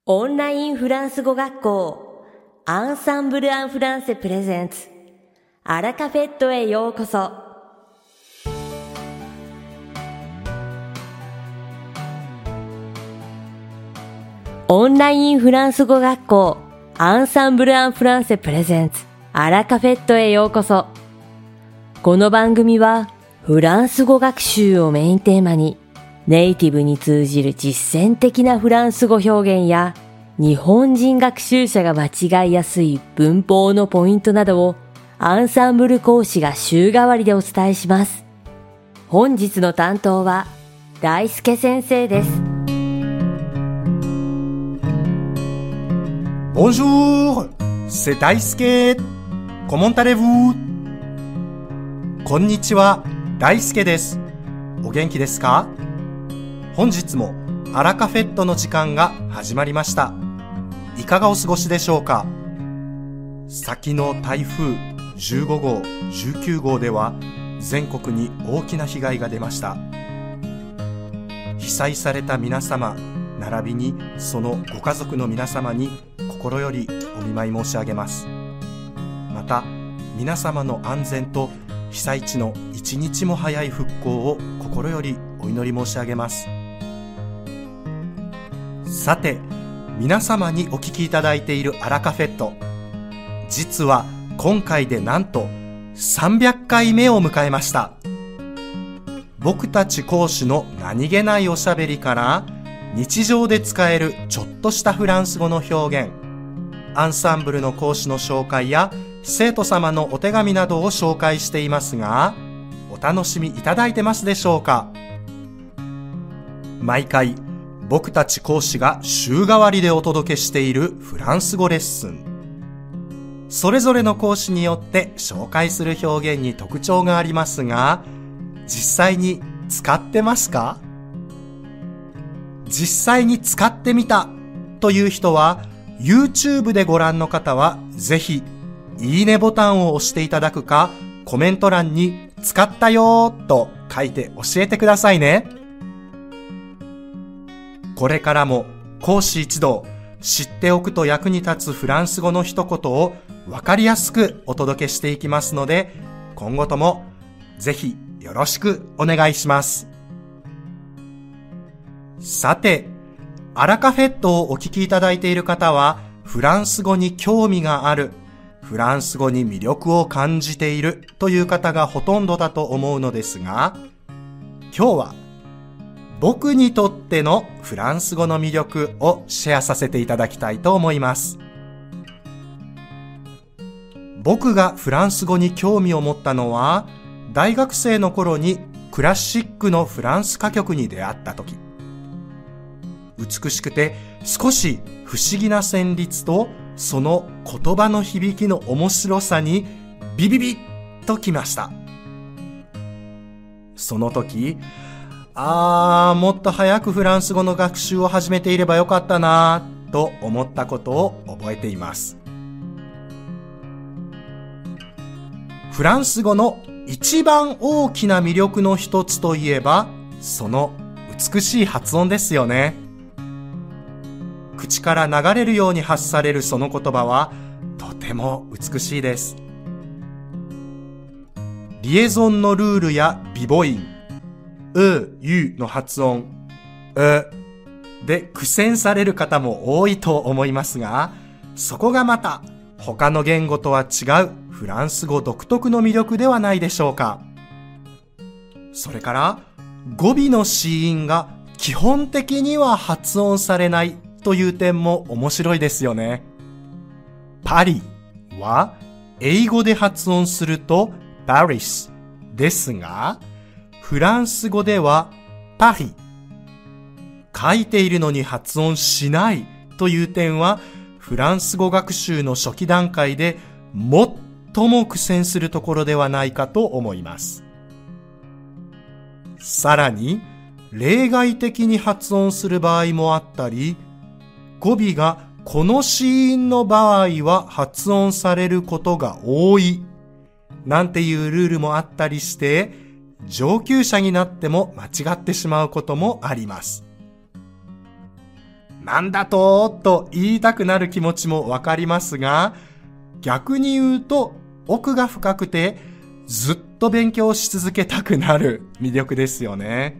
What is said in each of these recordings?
オンラインフランス語学校アンサンブル・アン・フランセプレゼンツアラカフェットへようこそ。オンラインフランス語学校アンサンブル・アン・フランセプレゼンツアラカフェットへようこそ。この番組はフランス語学習をメインテーマにネイティブに通じる実践的なフランス語表現や日本人学習者が間違いやすい文法のポイントなどをアンサンブル講師が週替わりでお伝えします。本日の担当は大輔先生です。 Bonjour, c'est Daisuke. Comment allez-vous? こんにちは、大輔です。お元気ですか？本日もアラカフェットの時間が始まりました。いかがお過ごしでしょうか？先の台風15号、19号では全国に大きな被害が出ました。被災された皆様、並びにそのご家族の皆様に心よりお見舞い申し上げます。また、皆様の安全と被災地の一日も早い復興を心よりお祈り申し上げます。さて、皆様にお聞きいただいているアラカフェット、実は今回でなんと300回目を迎えました。僕たち講師の何気ないおしゃべりから日常で使えるちょっとしたフランス語の表現、アンサンブルの講師の紹介や生徒様のお手紙などを紹介していますが、お楽しみいただいてますでしょうか？毎回僕たち講師が週替わりでお届けしているフランス語レッスン。それぞれの講師によって紹介する表現に特徴がありますが、実際に使ってますか？実際に使ってみたという人は、YouTube でご覧の方はぜひいいねボタンを押していただくか、コメント欄に使ったよーと書いて教えてくださいね。これからも講師一同、知っておくと役に立つフランス語の一言をわかりやすくお届けしていきますので、今後ともぜひよろしくお願いします。さて、アラカフェットをお聞きいただいている方は、フランス語に興味がある、フランス語に魅力を感じているという方がほとんどだと思うのですが、今日は僕にとってのフランス語の魅力をシェアさせていただきたいと思います。僕がフランス語に興味を持ったのは、大学生の頃にクラシックのフランス歌曲に出会った時。美しくて少し不思議な旋律と、その言葉の響きの面白さにビビビッときました。その時、もっと早くフランス語の学習を始めていればよかったなと思ったことを覚えています。フランス語の一番大きな魅力の一つといえば、その美しい発音ですよね。口から流れるように発されるその言葉はとても美しいです。リエゾンのルールや微母音、ゆの発音、で苦戦される方も多いと思いますが、そこがまた他の言語とは違うフランス語独特の魅力ではないでしょうか。それから語尾の子音が基本的には発音されないという点も面白いですよね。パリは英語で発音するとパリスですが、フランス語ではパリ。書いているのに発音しないという点は、フランス語学習の初期段階で最も苦戦するところではないかと思います。さらに、例外的に発音する場合もあったり、語尾がこの子音の場合は発音されることが多いなんていうルールもあったりして、上級者になっても間違ってしまうこともあります。 なんだと言いたくなる気持ちもわかりますが、逆に言うと奥が深くてずっと勉強し続けたくなる魅力ですよね。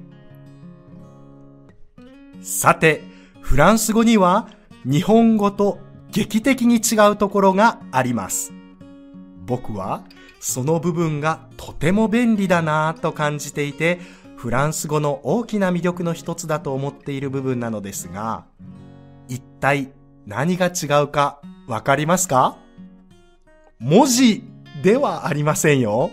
さて、フランス語には日本語と劇的に違うところがあります。僕はその部分がとても便利だなぁと感じていて、フランス語の大きな魅力の一つだと思っている部分なのですが、一体何が違うかわかりますか？文字ではありませんよ。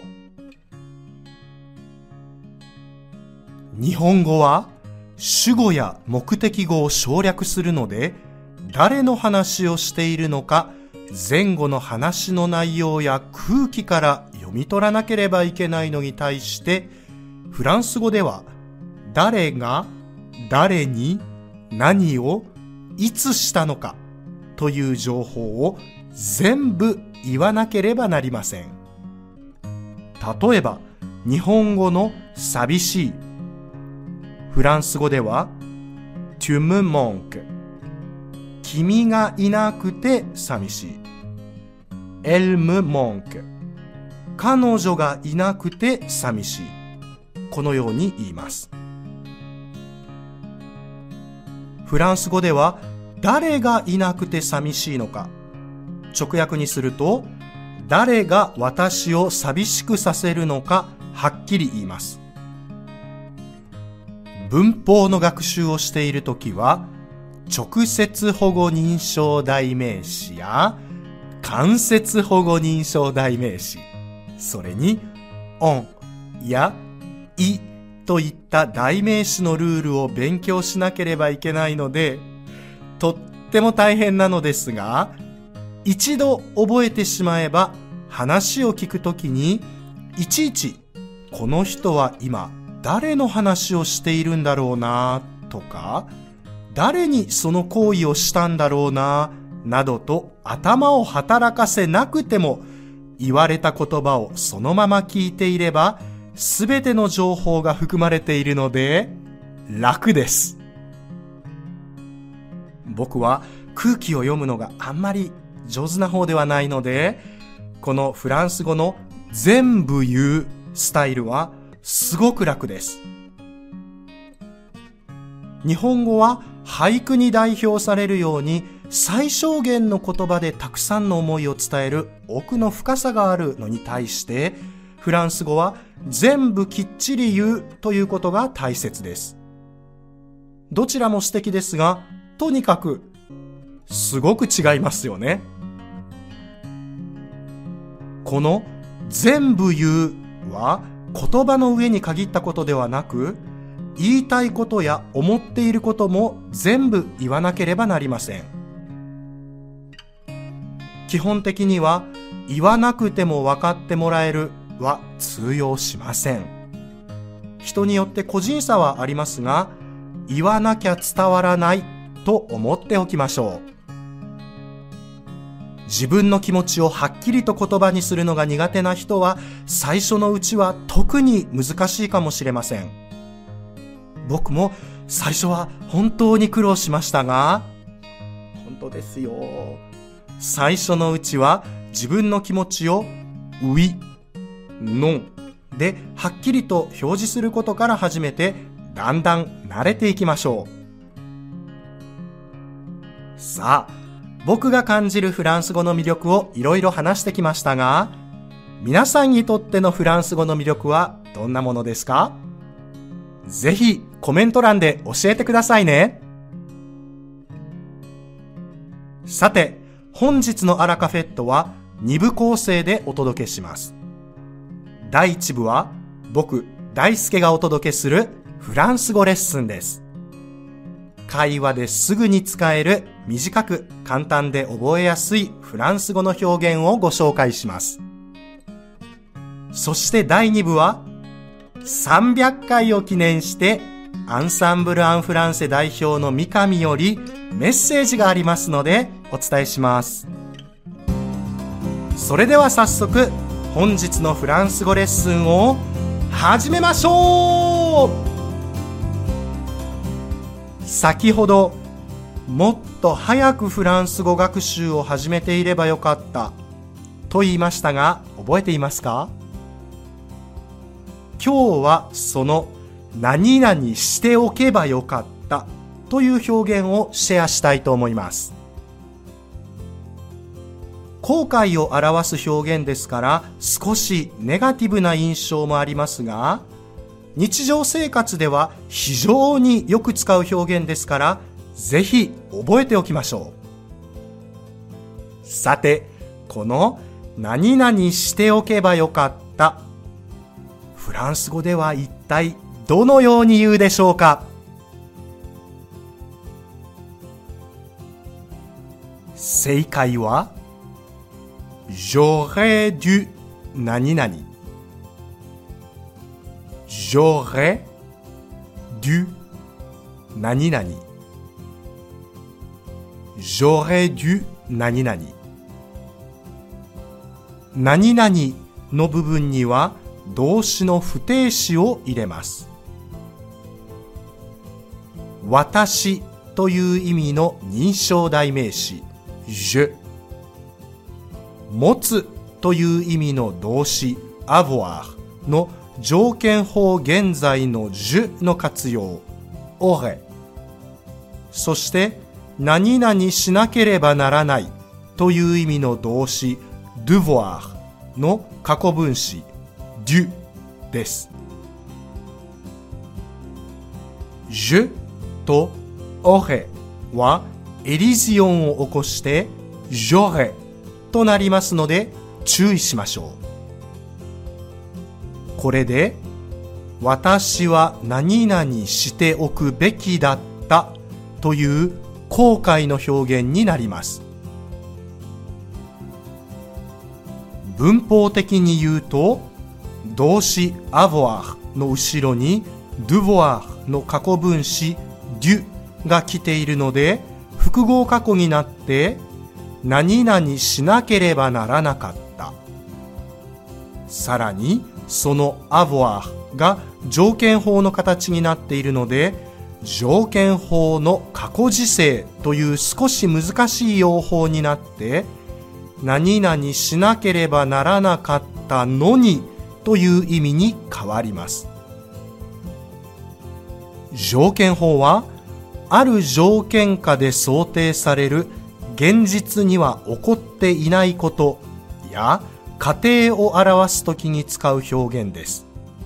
日本語は主語や目的語を省略するので、誰の話をしているのか、前後の話の内容や空気から読み取らなければいけないのに対して、フランス語では誰が誰に何をいつしたのかという情報を全部言わなければなりません。例えば日本語の寂しい、フランス語では Tu me manques、 君がいなくて寂しい。 Elle me manque、 彼女がいなくて寂しい。このように言います。フランス語では誰がいなくて寂しいのか、直訳にすると誰が私を寂しくさせるのかはっきり言います。文法の学習をしているときは、直接保護認証代名詞や間接保護認証代名詞、それに on やいといった代名詞のルールを勉強しなければいけないので、とっても大変なのですが、一度覚えてしまえば話を聞くときにいちいちこの人は今誰の話をしているんだろうなとか、誰にその行為をしたんだろうななどと頭を働かせなくても、言われた言葉をそのまま聞いていればすべての情報が含まれているので楽です。僕は空気を読むのがあんまり上手な方ではないので、このフランス語の全部言うスタイルはすごく楽です。日本語は俳句に代表されるように最小限の言葉でたくさんの思いを伝える奥の深さがあるのに対して、フランス語は全部きっちり言うということが大切です。どちらも素敵ですが、とにかくすごく違いますよね。この全部言うは言葉の上に限ったことではなく、言いたいことや思っていることも全部言わなければなりません。基本的には言わなくても分かってもらえるは通用しません。人によって個人差はありますが、言わなきゃ伝わらないと思っておきましょう。自分の気持ちをはっきりと言葉にするのが苦手な人は、最初のうちは特に難しいかもしれません。僕も最初は本当に苦労しましたが、本当ですよ。最初のうちは自分の気持ちをウィ、ノンではっきりと表示することから始めて、だんだん慣れていきましょう。さあ、僕が感じるフランス語の魅力をいろいろ話してきましたが、皆さんにとってのフランス語の魅力はどんなものですか？ぜひコメント欄で教えてくださいね。さて、本日のアラカフェットは2部構成でお届けします。第1部は僕大輔がお届けするフランス語レッスンです。会話ですぐに使える短く簡単で覚えやすいフランス語の表現をご紹介します。そして第2部は300回を記念してアンサンブル・アン・フランセ代表の三上よりメッセージがありますのでお伝えします。それでは早速本日のフランス語レッスンを始めましょう。先ほどもっと早くフランス語学習を始めていればよかったと言いましたが、覚えていますか？今日はその何々しておけばよかったという表現をシェアしたいと思います。後悔を表す表現ですから少しネガティブな印象もありますが、日常生活では非常によく使う表現ですから、ぜひ覚えておきましょう。さて、この何々しておけばよかった、フランス語では一体どのように言うでしょうか？正解はJ'aurais dû 何々。J'aurais dû 何々。J'aurais dû 何々。何々の部分には動詞の不定詞を入れます。私という意味の認証代名詞、je。持つという意味の動詞 avoir の条件法現在の je の活用 aurait。 そして何々しなければならないという意味の動詞 devoir の過去分詞 dû です。 je と aurait はエリジオンを起こして j'auraisとなりますので注意しましょう。これで私は何々しておくべきだったという後悔の表現になります。文法的に言うと動詞 avoir の後ろに devoir の過去分詞 dû が来ているので複合過去になって何々しなければならなかった。さらにその avoir が条件法の形になっているので条件法の過去時制という少し難しい用法になって何々しなければならなかったのにという意味に変わります。条件法はある条件下で想定される現実には起こっていないことや過程を表すときに使う表現です。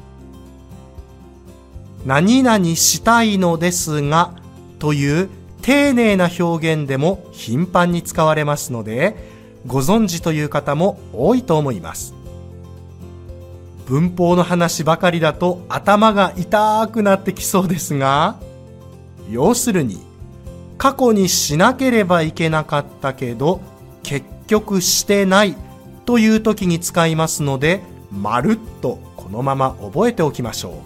何々したいのですがという丁寧な表現でも頻繁に使われますのでご存知という方も多いと思います。文法の話ばかりだと頭が痛くなってきそうですが、要するに過去にしなければいけなかったけど結局してないという時に使いますので、まるっとこのまま覚えておきましょう。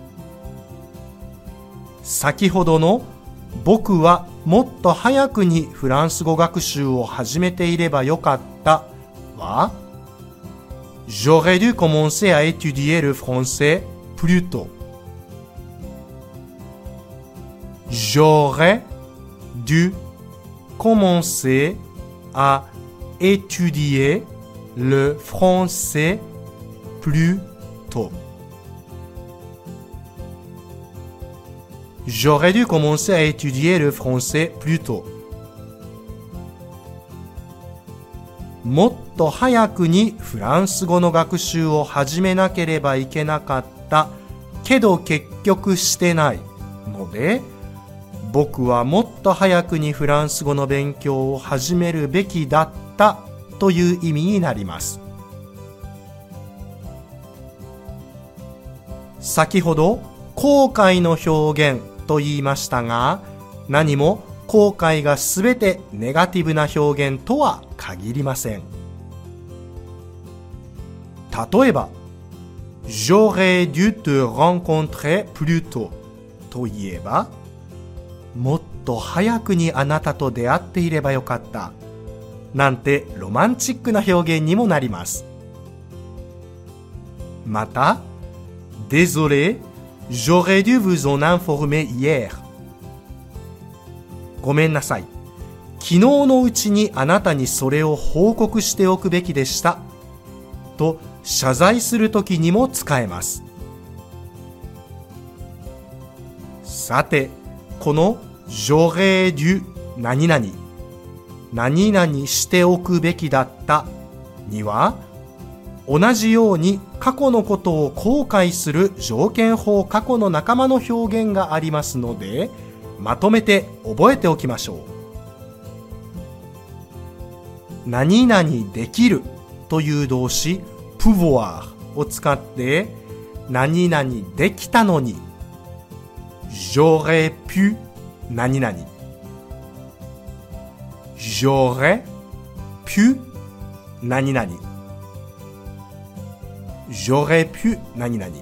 先ほどの僕はもっと早くにフランス語学習を始めていればよかったは J'aurais dû commencer à étudier le français plus tôt. J'aurais dû commencer à étudier le français plus tôt. J'aurais dû commencer à étudier le français plus tôt. もっと早くにフランス語の学習を始めなければいけなかったけど結局してないので、僕はもっと早くにフランス語の勉強を始めるべきだったという意味になります。先ほど後悔の表現と言いましたが、何も後悔がすべてネガティブな表現とは限りません。例えば J'aurais dû te rencontrer plus tôt と言えば、もっと早くにあなたと出会っていればよかったなんてロマンチックな表現にもなります。また Désolé, j'aurais dû vous en informer hier ごめんなさい。昨日のうちにあなたにそれを報告しておくべきでした。と謝罪するときにも使えます。さて、このj'aurais dû何々、何々しておくべきだったには、同じように過去のことを後悔する条件法過去の仲間の表現がありますので、まとめて覚えておきましょう。何々できるという動詞pouvoirを使って何々できたのにj'aurais pu何々j'aurais pu何々j'aurais pu何々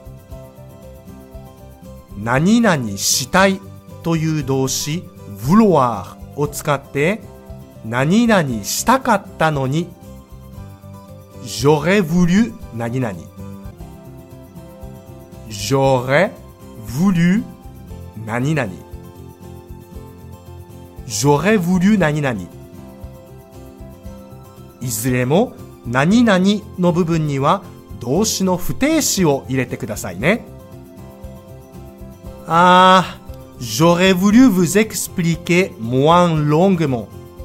何々したいという動詞vouloirを使って何々したかったのにj'aurais voulu何々j'aurais voulu何々j'aurais voulu何々いずれも何々の部分には動詞の不定詞を入れてくださいね。j'aurais voulu vous expliquer moins longuement。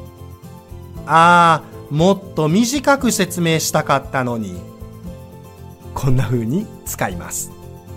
もっと短く説明したかったのに。こんな風に使います。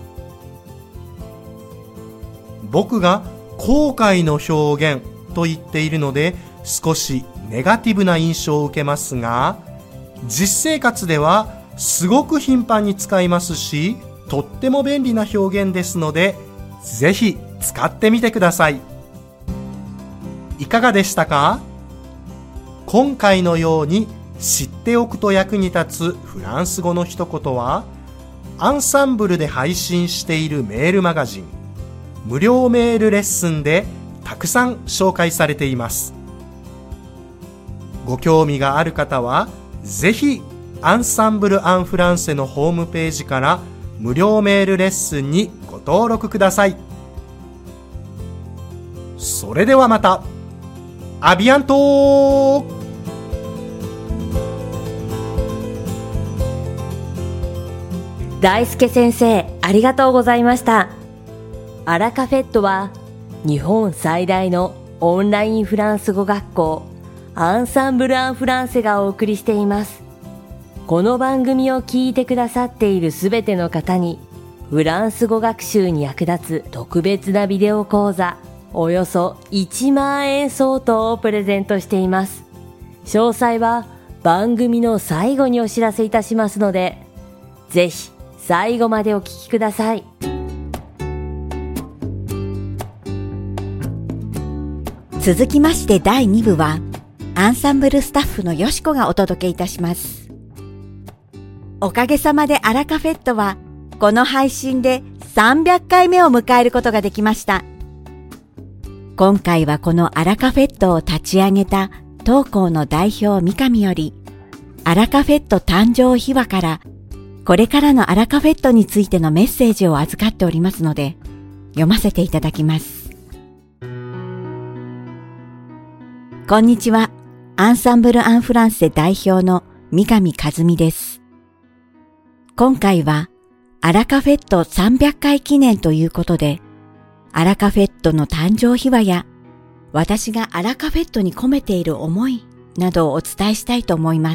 僕が後悔の表現と言っているので少しネガティブな印象を受けますが、実生活ではすごく頻繁に使いますし、とっても便利な表現ですので、ぜひ使ってみてください。いかがでしたか？今回のように知っておくと役に立つフランス語の一言は、アンサンブルで配信しているメールマガジン、無料メールレッスンでたくさん紹介されています。ご興味がある方は、ぜひアンサンブル・アン・フランセのホームページから無料メールレッスンにご登録ください。それではまた。アビアント。 大輔先生、ありがとうございました。アラカフェットは日本最大のオンラインフランス語学校アンサンブル・アン・フランセがお送りしています。この番組を聞いてくださっているすべての方にフランス語学習に役立つ特別なビデオ講座およそ1万円相当をプレゼントしています。詳細は番組の最後にお知らせいたしますので、ぜひ最後までお聞きください。 続きまして第2部はアンサンブルスタッフのよしこがお届けいたします。おかげさまでアラカフェットはこの配信で300回目を迎えることができました。今回はこのアラカフェットを立ち上げた当校の代表三上よりアラカフェット誕生秘話からこれからのアラカフェットについてのメッセージを預かっておりますので読ませていただきます。こんにちは。アンサンブル・アン・フランセ代表の三上和美です。今回はアラカフェット300回記念ということで、アラカフェットの誕生秘話や私がアラカフェットに込めている思いなどをお伝えしたいと思います。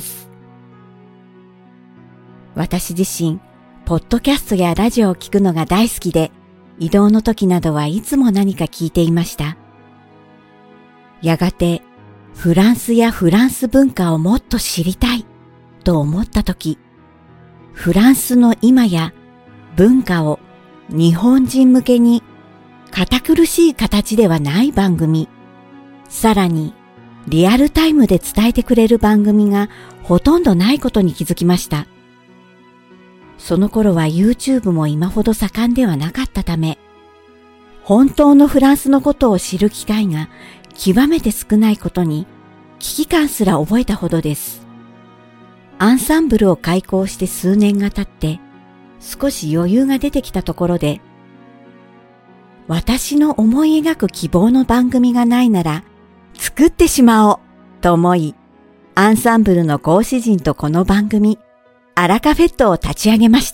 私自身、ポッドキャストやラジオを聞くのが大好きで、移動の時などはいつも何か聞いていました。やがて、フランスやフランス文化をもっと知りたいと思った時、フランスの今や文化を日本人向けに堅苦しい形ではない番組、さらにリアルタイムで伝えてくれる番組がほとんどないことに気づきました。その頃は YouTube も今ほど盛んではなかったため、本当のフランスのことを知る機会が極めて少ないことに危機感すら覚えたほどです。アンサンブルを開校して数年が経って少し余裕が出てきたところで、私の思い描く希望の番組がないなら作ってしまおうと思い、アンサンブルの講師陣とこの番組、アラカフェットを立ち上げました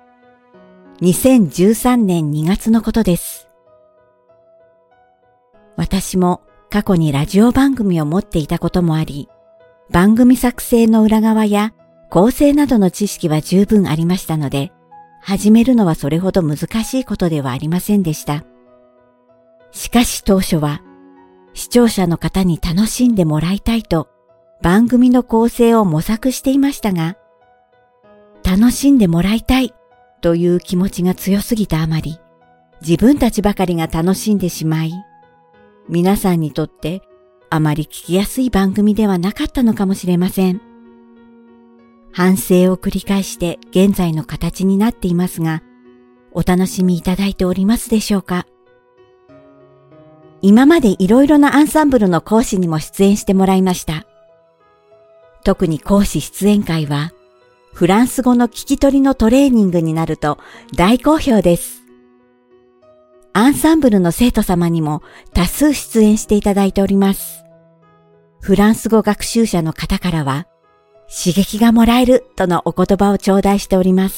。2013年2月のことです。私も過去にラジオ番組を持っていたこともあり、番組作成の裏側や構成などの知識は十分ありましたので、始めるのはそれほど難しいことではありませんでした。しかし当初は、視聴者の方に楽しんでもらいたいと番組の構成を模索していましたが、楽しんでもらいたいという気持ちが強すぎたあまり、自分たちばかりが楽しんでしまい、皆さんにとってあまり聞きやすい番組ではなかったのかもしれません。反省を繰り返して現在の形になっていますが、お楽しみいただいておりますでしょうか。今までいろいろなアンサンブルの講師にも出演してもらいました。特に講師出演会は、フランス語の聞き取りのトレーニングになると大好評です。アンサンブルの生徒様にも多数出演していただいております。フランス語学習者の方からは、刺激がもらえるとのお言葉を頂戴しております。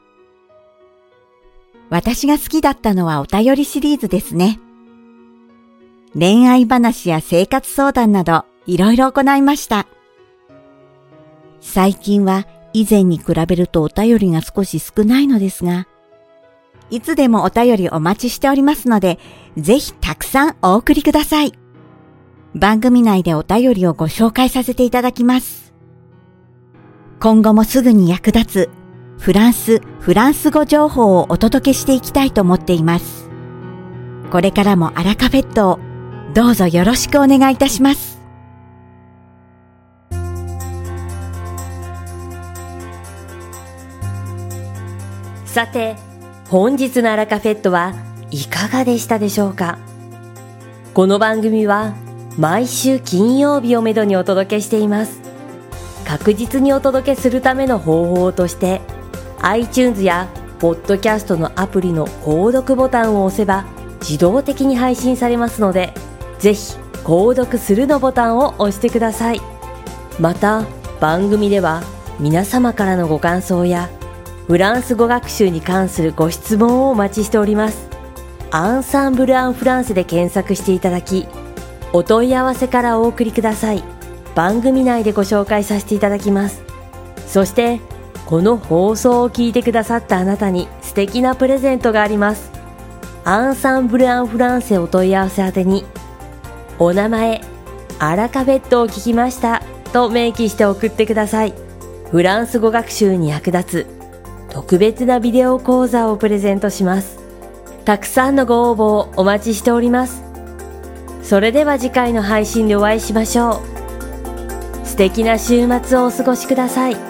私が好きだったのはお便りシリーズですね。恋愛話や生活相談などいろいろ行いました。最近は以前に比べるとお便りが少し少ないのですが、いつでもお便りお待ちしておりますので、ぜひたくさんお送りください。番組内でお便りをご紹介させていただきます。今後もすぐに役立つフランス語情報をお届けしていきたいと思っています。これからもアラカフェットをどうぞよろしくお願いいたします。 さて、本日のアラカフェットはいかがでしたでしょうか。この番組は毎週金曜日をめどにお届けしています。確実にお届けするための方法として、iTunes やポッドキャストのアプリの購読ボタンを押せば自動的に配信されますので、ぜひ購読するのボタンを押してください。また番組では皆様からのご感想やフランス語学習に関するご質問をお待ちしております。アンサンブル・アン・フランセで検索していただき、お問い合わせからお送りください。番組内でご紹介させていただきます。そしてこの放送を聞いてくださったあなたに素敵なプレゼントがあります。アンサンブル・アン・フランセお問い合わせ宛てに、お名前、アラカフェットを聞きましたと明記して送ってください。フランス語学習に役立つ特別なビデオ講座をプレゼントします。たくさんのご応募をお待ちしております。それでは次回の配信でお会いしましょう。素敵な週末をお過ごしください。